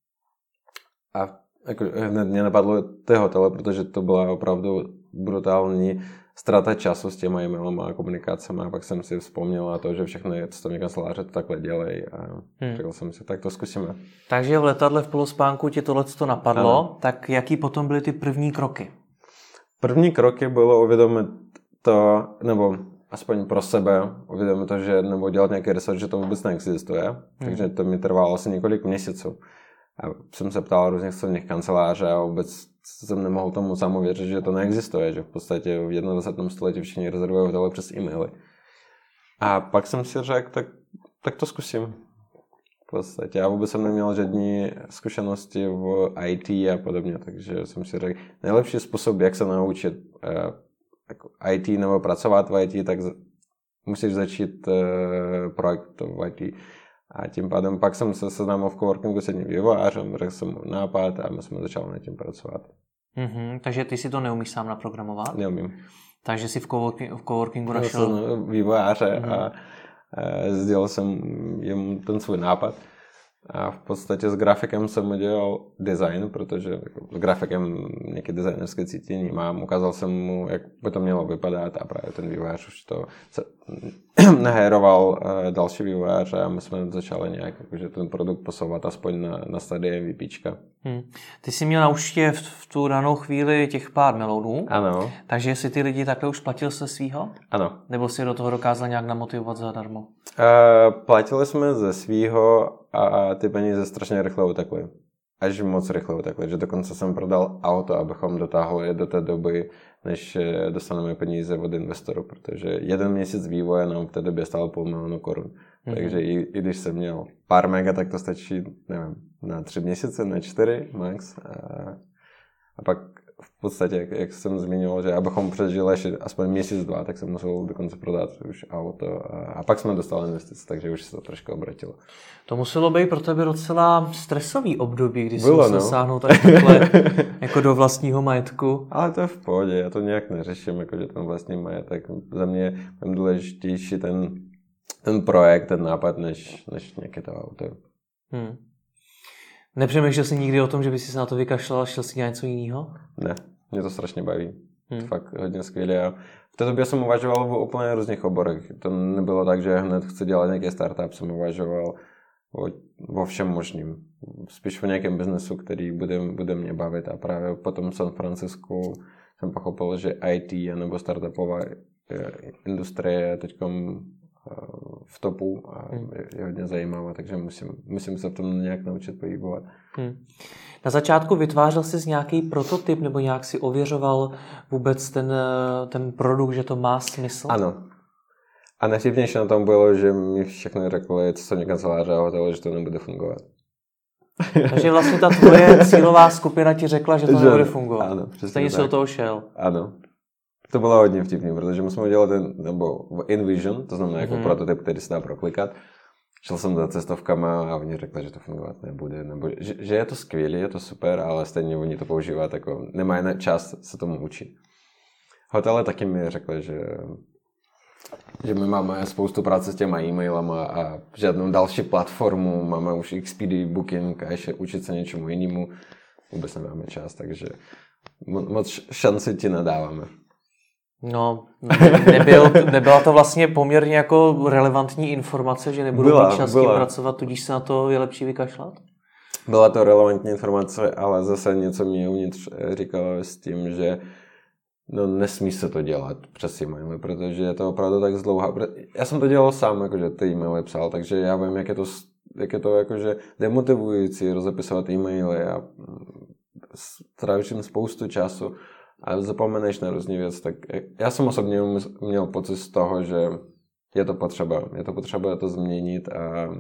a jako, hned mě napadlo ty hotely, protože to byla opravdu brutální ztráta času s těma e-mailama a komunikacemi, a pak jsem si vzpomněl na to, že všechny cestovní kanceláře to takhle dělají a hmm. řekl jsem si, tak to zkusíme. Takže v letadle v polospánku ti tohleto napadlo, ano. Tak jaký potom byly ty první kroky? První kroky bylo uvědomit to, nebo aspoň pro sebe, uvědomit to, že nebo dělat nějaký research, že to vůbec neexistuje, hmm. takže to mi trvalo asi několik měsíců. A jsem se ptal různých cestovních kanceláří a vůbec jsem nemohl tomu samu věřit, že to neexistuje, že v podstatě v dvacátém prvním století všichni rezervují hotely přes e-maily. A pak jsem si řekl, tak, tak to zkusím. V podstatě. Já vůbec jsem neměl žádné zkušenosti v í té a podobně, takže jsem si řekl, nejlepší způsob, jak se naučit uh, jako í té nebo pracovat v í té, tak musíš začít uh, projekt v í té. A tím pádem pak jsem se seznámil v coworkingu s jedním vývojářem, řekl jsem mu nápad a my jsme začali na tím pracovat. Mm-hmm, takže ty si to neumíš sám naprogramovat? Neumím. Takže si v, coworking, v coworkingu našel... Jsem vývojáře mm-hmm. a, a sdělil jsem jim ten svůj nápad. A v podstatě s grafikem jsem udělal design, protože s grafikem nějaké designerské cítění mám. Ukázal jsem mu, jak by to mělo vypadat, a právě ten vývojář už to nahajroval další vývojáře a my jsme začali nějak jakože ten produkt posouvat aspoň na, na stadii MVPčka. Hmm. Ty jsi měl na účtě v, v tu danou chvíli těch pár melonů. Ano. Takže jsi ty lidi takhle už platil se svýho? Ano. Nebo si do toho dokázal nějak namotivovat zadarmo? Uh, platili jsme ze svýho a ty peníze strašně rychle utekly. Až moc rychle utekly, že dokonce jsem prodal auto, abychom dotáhli do té doby, než dostaneme peníze od investoru, protože jeden měsíc vývoje nám v té době stál půl milionu korun. Mm-hmm. Takže i, i když jsem měl pár mega, tak to stačí, nevím, na tři měsíce, na čtyři max. A, a pak v podstatě, jak, jak jsem zmínil, že abychom přežili ještě aspoň měsíc, dva, tak jsem musel dokonce prodat už auto. A, a pak jsme dostali investice, takže už se to trošku obratilo. To muselo být pro tebe docela stresový období, když jsi musel no. sáhnout tady takhle jako do vlastního majetku. Ale to je v pohodě, já to nějak neřeším, jakože ten vlastní majetek. Za mě je důležitější ten, ten projekt, ten nápad, než, než nějaké to auto. Hmm. Nepřemýšlel jsi nikdy o tom, že by si se na to vykašlal a šel si dělat něco jiného? Ne, mě to strašně baví. Hmm. Fakt hodně skvělé. V té době jsem uvažoval o úplně různých oborech. To nebylo tak, že hned chci dělat nějaký startup, jsem uvažoval o, o všem možným. Spíš o nějakém biznesu, který bude, bude mě bavit. A právě potom v San Francisku jsem pochopil, že í té nebo startupová industrie je teď v topu a je hodně zajímavá, takže musím, musím se v tom nějak naučit pohybovat. Hmm. Na začátku vytvářel jsi nějaký prototyp nebo nějak si ověřoval vůbec ten, ten produkt, že to má smysl? Ano. A nejvtipnější na tom bylo, že mi všechno řekli cestovní kanceláře a hotely, že to nebude fungovat. Takže vlastně ta tvoje cílová skupina ti řekla, že to že, nebude fungovat. Ano, přesně Stejně tak. si do toho šel. Ano. To bylo hodně vtipný, protože my jsme udělali ten, nebo InVision, to znamená jako mm. prototyp, který se dá proklikat. Šel jsem za cestovkama a oni řekli, že to fungovat nebude, nebo že, že je to skvělé, je to super, ale stejně oni to používají, jako nemají čas se tomu učit. Hotely taky mi řekli, že, že my máme spoustu práce s těma e-mailama a žádnou další platformu, máme už Expedia, Booking a ještě učit se něčemu jinému. Vůbec nemáme čas, takže moc šanci ti nedáváme. No, nebyl, nebyla to vlastně poměrně jako relevantní informace, že nebudou byla, mít čas byla. tím pracovat, tudíž se na to je lepší vykašlat? Byla to relevantní informace, ale zase něco mě uvnitř říkalo s tím, že no nesmí se to dělat přes e-maily, protože je to opravdu tak zdlouhá. Já jsem to dělal sám, jakože ty e-maily psal, takže já vím, jak je to, jak je to jakože demotivující rozepisovat e-maily a trávím spoustu času a zapomeneš na různé věci. Tak já jsem osobně měl pocit z toho, že je to potřeba. Je to potřeba to změnit a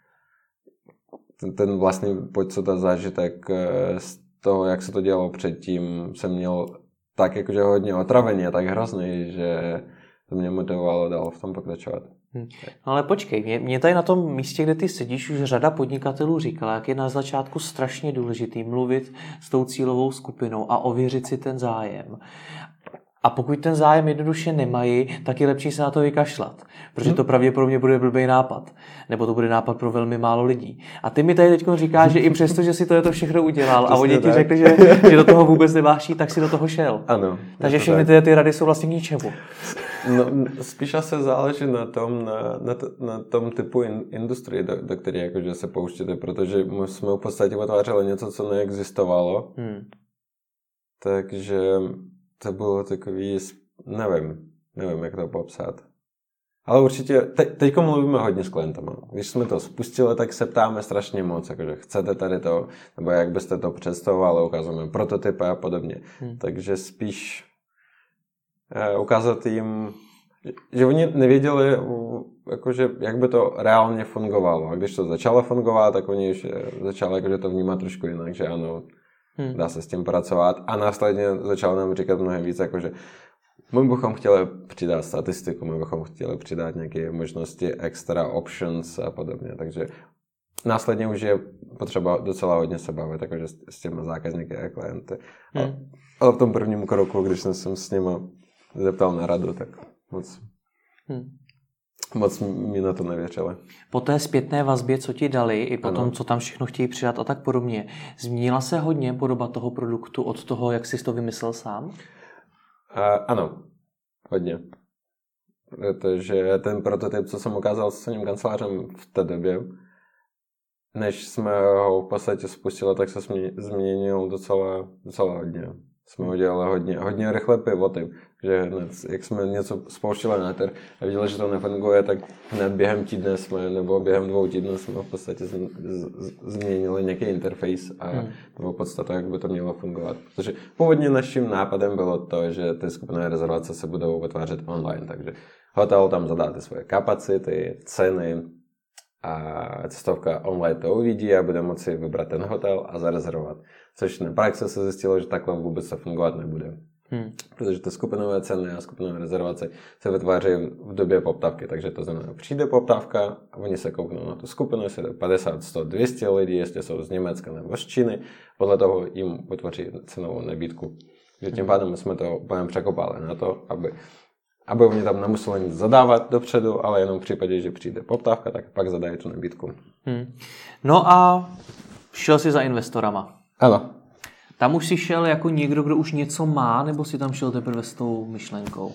ten vlastně pojď se ta zážitek z toho, jak se to dělalo předtím, jsem měl tak jakože hodně otravený a tak hrozný, že to mě motivovalo dál v tom pokračovat. Hmm. No ale počkej, mě, mě tady na tom místě, kde ty sedíš, už řada podnikatelů říkala, jak je na začátku strašně důležitý mluvit s tou cílovou skupinou a ověřit si ten zájem. A pokud ten zájem jednoduše nemají, tak je lepší se na to vykašlat, protože to pravděpodobně bude blbý nápad, nebo to bude nápad pro velmi málo lidí. A ty mi tady teď říkáš, že i přesto, že si to, je to všechno udělal a oni ti řekli, že, že do toho vůbec neváží, tak si do toho šel. Ano. Takže všechny ty, ty rady jsou vlastně k ničemu. No, spíš asi záleží na tom, na, na, t, na tom typu in, industrie, do, do které jakože se pouštíte, protože my jsme v podstatě vytvářeli něco, co neexistovalo. Hmm. Takže to bylo takový, nevím, nevím, jak to popsat. Ale určitě, te, teďko mluvíme hodně s klientama. Když jsme to spustili, tak se ptáme strašně moc, jakože chcete tady to, nebo jak byste to představovali, ukazujeme prototypy a podobně. Hmm. Takže spíš eh, ukázat jim, že oni nevěděli, jakože, jak by to reálně fungovalo. A když to začalo fungovat, tak oni už začali jakože to vnímat trošku jinak, že ano, Hmm. dá se s tím pracovat a následně začal nám říkat mnohem víc, jakože my bychom chtěli přidat statistiku, my bychom chtěli přidat nějaké možnosti, extra options a podobně, takže následně už je potřeba docela hodně se bavit, jakože s těmi zákazníky a klienty. Hmm. Ale v tom prvním kroku, když jsem s nimi zeptal na radu, tak moc... Hmm. Moc mi na to nevěřili. Po té zpětné vazbě, co ti dali, i po tom, co tam všechno chtějí přidat a tak podobně, změnila se hodně podoba toho produktu od toho, jak jsi to vymyslel sám? Uh, ano, hodně. Protože ten prototyp, co jsem ukázal s celým kancelářem v té době, než jsme ho v podstatě spustili, tak se změnil docela, docela hodně. Jsme udělali hodně, hodně rychle pivoty, že hned, jak jsme něco spouštili na trh a viděli, že to nefunguje, tak hned během týdne jsme, nebo během dvou týdnů jsme v podstatě z, z, změnili nějaký interface a hmm. nebo podstatu, jak by to mělo fungovat. Protože původně naším nápadem bylo to, že ty skupinové rezervace se budou vytvářet online, takže hotel tam zadá ty svoje kapacity, ceny a cestovka online to uvidí a bude moci vybrat ten hotel a zarezervovat. Což na praxi se zjistilo, že takhle vůbec to fungovat nebude. Hmm. Protože ty skupinové ceny a skupinové rezervace se vytváří v době poptávky. Takže to znamená, přijde poptávka a oni se kouknou na tu skupinu, jestli je padesát, sto, dvě stě lidí, jestli jsou z Německa nebo z Číny, podle toho jim vytvoří cenovou nabídku. Takže tím pádem jsme to úplně překopali na to, aby aby oni tam nemuseli nic zadávat dopředu, ale jenom v případě, že přijde poptávka, tak pak zadají tu nabídku. Hmm. No a šel jsi za investorama. Ano. Tam už jsi šel jako někdo, kdo už něco má, nebo jsi tam šel teprve s tou myšlenkou?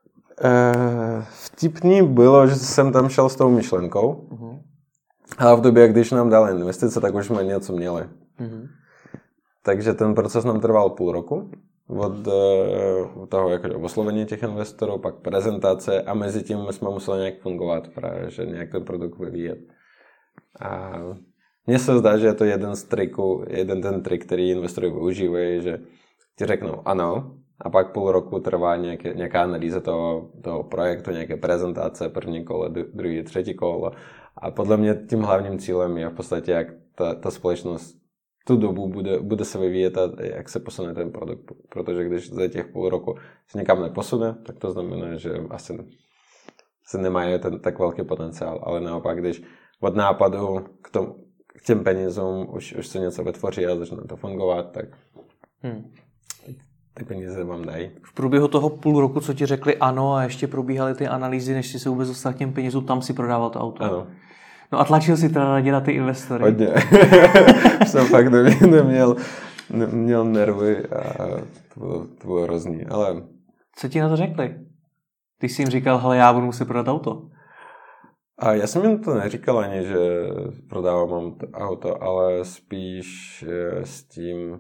Uh, vtipný bylo, že jsem tam šel s tou myšlenkou, uh-huh. ale v době, když nám dali investice, tak už jsme něco měli. Uh-huh. Takže ten proces nám trval půl roku. Od uh, toho jako oslovení těch investorů, pak prezentace a mezi tím jsme museli nějak fungovat, právě, že nějak ten produkt vyvíjet. A mně se zdá, že je to jeden z triků, jeden ten trik, který investory využívají, že ti řeknou ano a pak půl roku trvá nějaké, nějaká analýza toho, toho projektu, nějaké prezentace, první kolo, druhý, třetí kolo a podle mě tím hlavním cílem je v podstatě, jak ta, ta společnost tu dobu bude, bude se vyvíjet a jak se posune ten produkt. Protože když za těch půl roku se někam neposune, tak to znamená, že asi se nemají ten tak velký potenciál. Ale naopak, když od nápadu k, tom, k těm penězům už, už se něco vytvoří a začne to fungovat, tak hmm. ty peníze vám dají. V průběhu toho půl roku, co ti řekli ano a ještě probíhaly ty analýzy, než si se vůbec dostal k těm penězům, tam si prodával to auto. Ano. No a tlačil si teda raději na ty investory. Hodně. Jsem fakt neměl měl nervy a to bylo, to bylo hrozný, ale... Co ti na to řekli? Ty jsi jim říkal, hele, já budu muset prodat auto. A já jsem jim to neříkal ani, že prodávám auto, ale spíš s tím,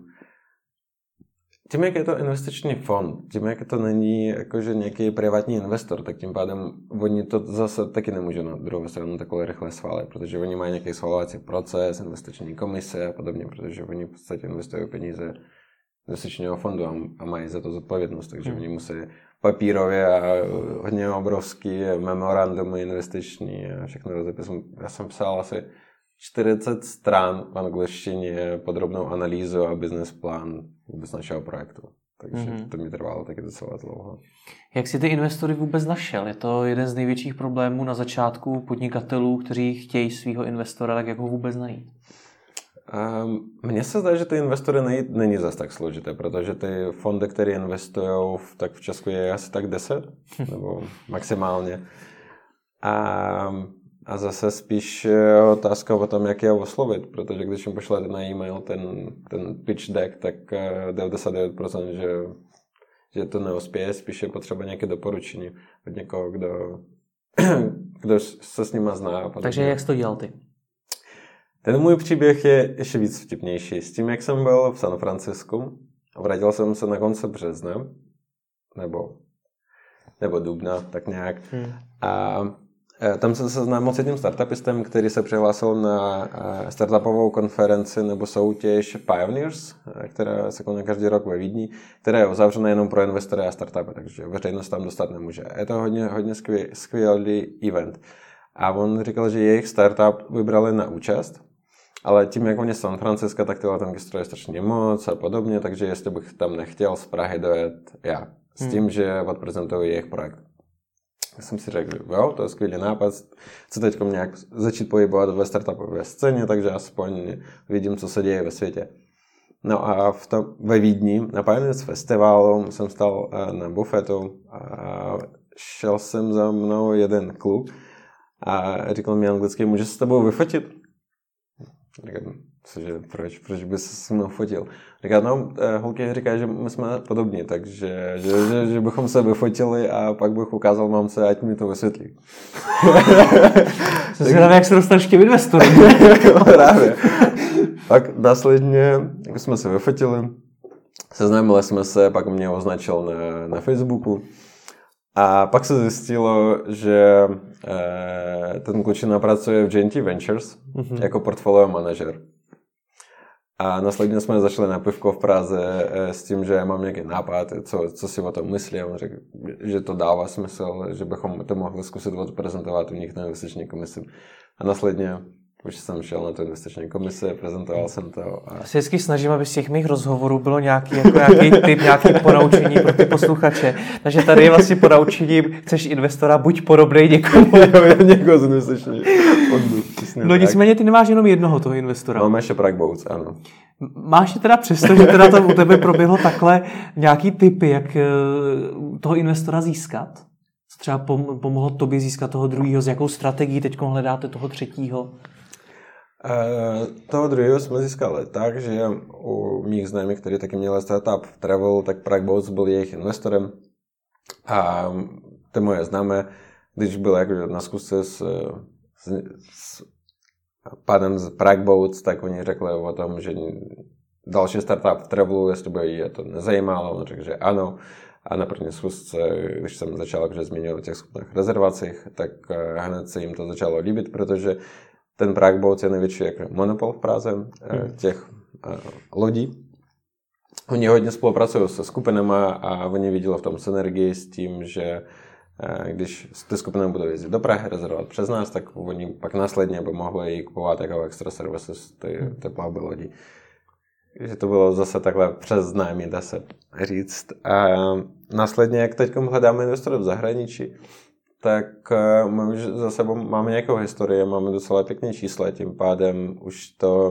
tím, jak je to investiční fond, tím, jak to není jakože nějaký privátní investor, tak tím pádem oni to zase taky nemůžou na druhou stranu takhle rychle schválit, protože oni mají nějaký schvalovací proces, investiční komise a podobně, protože oni v podstatě investují peníze investičního fondu a mají za to zodpovědnost, takže hmm. oni musí papírově a hodně obrovský memorandumy investiční a všechno rozepisují. Já jsem psal asi čtyřicet stran v angličtině, podrobnou analýzu a business plán vůbec našeho projektu. Takže mm-hmm. to mi trvalo taky docela dlouho. Jak jsi ty investory vůbec našel? Je to jeden z největších problémů na začátku podnikatelů, kteří chtějí svého investora, tak jak ho vůbec najít? Um, Mně se zdá, že ty investory najít není zas tak složité, protože ty fondy, které investují, tak v Česku je asi tak deset, nebo maximálně. A, a zase spíš otázka o tom, jak je oslovit, protože když jim pošlete na e-mail ten, ten pitch deck, tak devadesát devět procent, že, že to neuspěje, spíš je potřeba nějaké doporučení od někoho, kdo, kdo se s nima zná. Takže jak jsi to dělal ty? Ten můj příběh je ještě víc vtipnější. S tím, jak jsem byl v San Francisku, vrátil jsem se na konci března, nebo, nebo dubna, tak nějak. Hmm. A tam jsem se seznámil s jedním startupistem, který se přihlásil na startupovou konferenci nebo soutěž Pioneers, která se koná každý rok ve Vídni, která je uzavřena jenom pro investory a startupy, takže veřejnost tam dostat nemůže. Je to hodně, hodně skvělý event. A on říkal, že jejich startup vybrali na účast, ale tím, jak oni z San Francisca, tak ty letenky stojí strašně moc a podobně, takže jestli bych tam nechtěl z Prahy dojet já. S tím, hmm. že odprezentuju jejich projekt. Já jsem si řekl, jo, to je skvělý nápad, chci teď nějak začít pohybovat ve startupové scéně, takže aspoň vidím, co se děje ve světě. No a v tom, ve Vídni na Pioneers festivalu jsem stál na bufetu a šel jsem za mnou jeden kluk a říkal mi anglicky, můžu se s tebou vyfotit? Říkám, cože, proč, proč by se s mnou fotil? Říkám, no, holky říkají, že my jsme podobní, takže že, že, že bychom se vyfotili a pak bych ukázal mamce, ať mi to vysvětlí. Jsem zvědavý, jak se dostaneš k těm investorům. Právě. Pak následně, jak jsme se vyfotili, seznámili jsme se, pak mě označil na, na Facebooku. A pak se zjistilo, že eh, ten klučina pracuje v J and T Ventures mm-hmm. jako portfolio manažer. A následně jsme začali na pivko v Praze eh, s tím, že já mám nějaký nápad, co, co si o tom myslí. A on řekl, že to dává smysl, že bychom to mohli zkusit odprezentovat u nich na investiční komisi. A následně už jsem šel na tu investiční komisi, prezentoval jsem to. A... Já se vždycky snažím, aby z těch mých rozhovorů bylo nějaký, jako nějaký tip, nějaký ponaučení pro ty posluchače. Takže tady je vlastně ponaučením, chceš investora, buď podobnej někomu. Někoho z investiční fondu. No nicméně ty nemáš jenom jednoho toho investora. Mám ještě Pragbouts, ano. Máš teda přesto, že teda to u tebe proběhlo takhle, nějaký tipy, jak toho investora získat? Co třeba pomohlo tobě získat toho druhého, s jakou strategií teď hledáte toho třetího? Uh, toho druhého jsme získali tak, že u mých známých, kteří taky měli startup v travel, tak Pragbouts byl jejich investorem. A ty moje známé, když byl jako na zkusce s, s, s panem z Pragbouts, tak oni řekli o tom, že další startup v travelu, jestli by je to nezajímalo, on řekl, že ano. A na první schůzce, když jsem začal zmiňovat o těch skupných rezervacích, tak hned se jim to začalo líbit, protože ten Pragbouts je největší jako monopol v Praze hmm. těch uh, lodí. Oni hodně spolupracují se skupinama a oni viděli v tom synergii s tím, že uh, když ty skupiny budou jezdit do Prahy, rezervovat přes nás, tak oni pak následně by mohli jí kupovat jako extra services ty, ty plavby lodí. Že to bylo zase takhle přes známí, dá se říct. A následně, jak teď hledáme investory v zahraničí, tak my už za sebou máme nějakou historii, máme docela pěkné čísla, tím pádem už to,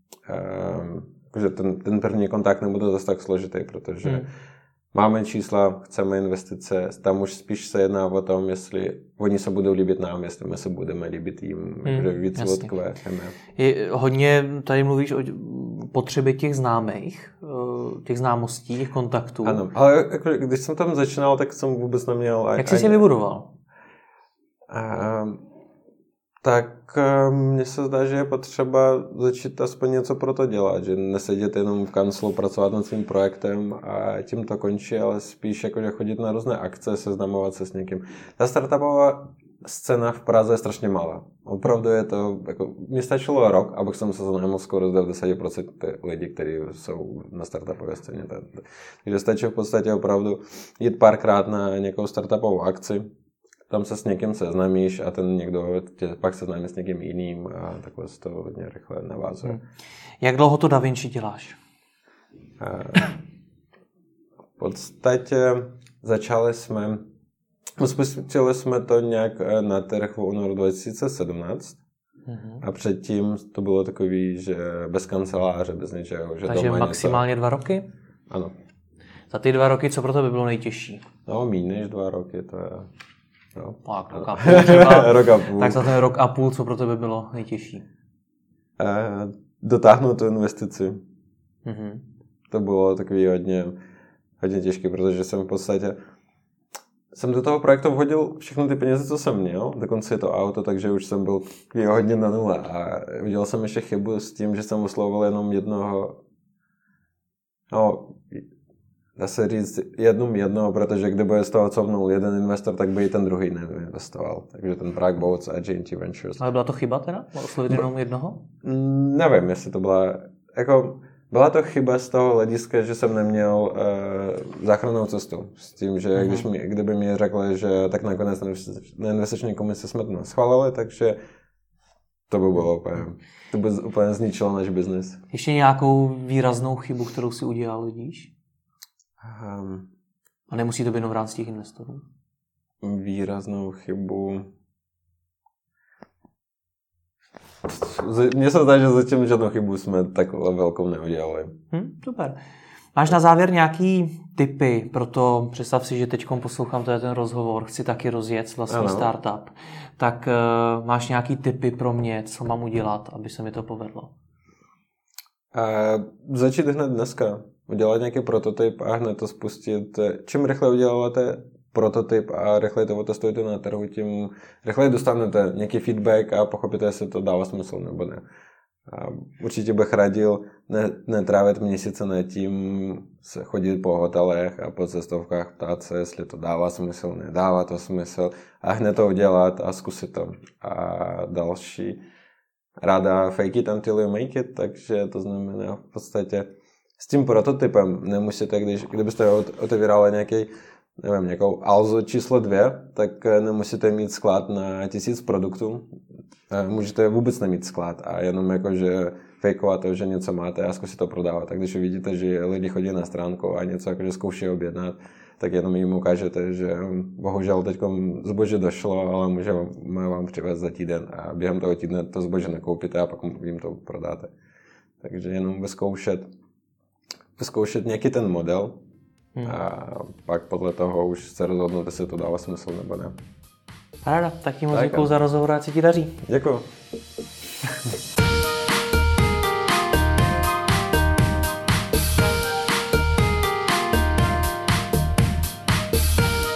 že ten, ten první kontakt nebude zase tak složitý, protože hmm. máme čísla, chceme investice, tam už spíš se jedná o tom, jestli oni se budou líbit nám, jestli my se budeme líbit jim, hmm, víc vodkové. Je, hodně tady mluvíš o potřeby těch známých, těch známostí, těch kontaktů. Ano, ale jako, když jsem tam začínal, tak jsem vůbec neměl... Jak jsi si je vybudoval? Uh, tak uh, mně se zdá, že je potřeba začít aspoň něco pro to dělat, že nesedět jenom v kanclu, pracovat nad svým projektem a tím to končí, ale spíš jako, že chodit na různé akce, seznamovat se s někým. Ta startupová scéna v Praze je strašně malá. Opravdu je to, jako, mně stačilo rok, abych jsem se známil skoro z devadesát procent lidí, kteří jsou na startupové scéně. Takže stačí v podstatě opravdu jít párkrát na nějakou startupovou akci, tam se s někým seznámíš a ten někdo tě pak seznámí s někým jiným a takhle se to hodně rychle navázuje. Hmm. Jak dlouho to Da Vinci děláš? V podstatě začali jsme Spustili jsme to nějak na trh v únoru dva tisíce sedmnáct mm-hmm. a předtím to bylo takový, že bez kanceláře, bez ničeho. Že Takže maximálně něco... dva roky? Ano. Za ty dva roky, co pro tebe bylo nejtěžší? No, méně než dva roky, to je... No. Tak, rok a půl třeba. Rok a půl. Tak za ten rok a půl, co pro tebe bylo nejtěžší? Eh, dotáhnout tu investici. Mm-hmm. To bylo takový hodně, hodně těžké, protože jsem v podstatě jsem do toho projektu vhodil všechny ty peníze, co jsem měl, dokonce je to auto, takže už jsem byl hodně na nule a viděl jsem ještě chybu s tím, že jsem oslovoval jenom jednoho, no, dá se říct jednou jednoho, protože kdyby z toho covnul jeden investor, tak by i ten druhý neinvestoval. Takže ten Prague Boats a J and T Ventures. Ale byla to chyba teda? Oslovit jenom jednoho? Nevím, jestli to byla, jako... Byla to chyba z toho hlediska, že jsem neměl uh, záchrannou cestu. S tím, že uh-huh. když mi, kdyby mi řekli, že tak nakonec na investiční komisi jsme to neschválili, takže to by bylo úplně, to by úplně zničilo náš biznis. Ještě nějakou výraznou chybu, kterou si udělal, vidíš? Um, A nemusí to být jenom v rámci těch investorů? Výraznou chybu... Mně se zdá, že zatím žádnou chybu jsme takhle velkou neudělali. Hm, super. Máš na závěr nějaký tipy pro to, představ si, že teď poslouchám ten rozhovor, chci taky rozjet vlastní ano. startup, tak uh, máš nějaký tipy pro mě, co mám udělat, aby se mi to povedlo? Uh, začít hned dneska. Udělat nějaký prototyp a hned to spustit. Čím rychle uděláte prototyp a rychleji to otestujete na trhu, tím rychleji dostanete nějaký feedback a pochopíte, jestli to dává smysl nebo ne. A určitě bych radil ne, netrávit měsíce na tím se chodit po hotelech a po cestovkách, ptát se, jestli to dává smysl, nedává to smysl a hned to udělat a zkusit to. A další rada fake it until you make it, takže to znamená v podstatě s tím prototypem nemusíte, když, kdybyste otevírali nějaký nevím, nějakou Alzo číslo dvě, tak nemusíte mít sklad na tisíc produktů. Můžete vůbec nemít sklad a jenom jakože fejkovat to, že něco máte a zkusit to prodávat. Tak když vidíte, že lidi chodí na stránku a něco jakože zkouší objednat, tak jenom jim ukážete, že bohužel teď zboží došlo, ale můžeme vám přivést za týden a během toho týdne to zboží nakoupíte a pak jim to prodáte. Takže jenom vyzkoušet, vyzkoušet nějaký ten model, Hmm. a pak podle toho už se rozhodnout, jestli to dává smysl nebo ne. Ráda, tak ti moc děkuju za rozhovor a ať se ti daří. Děkuju.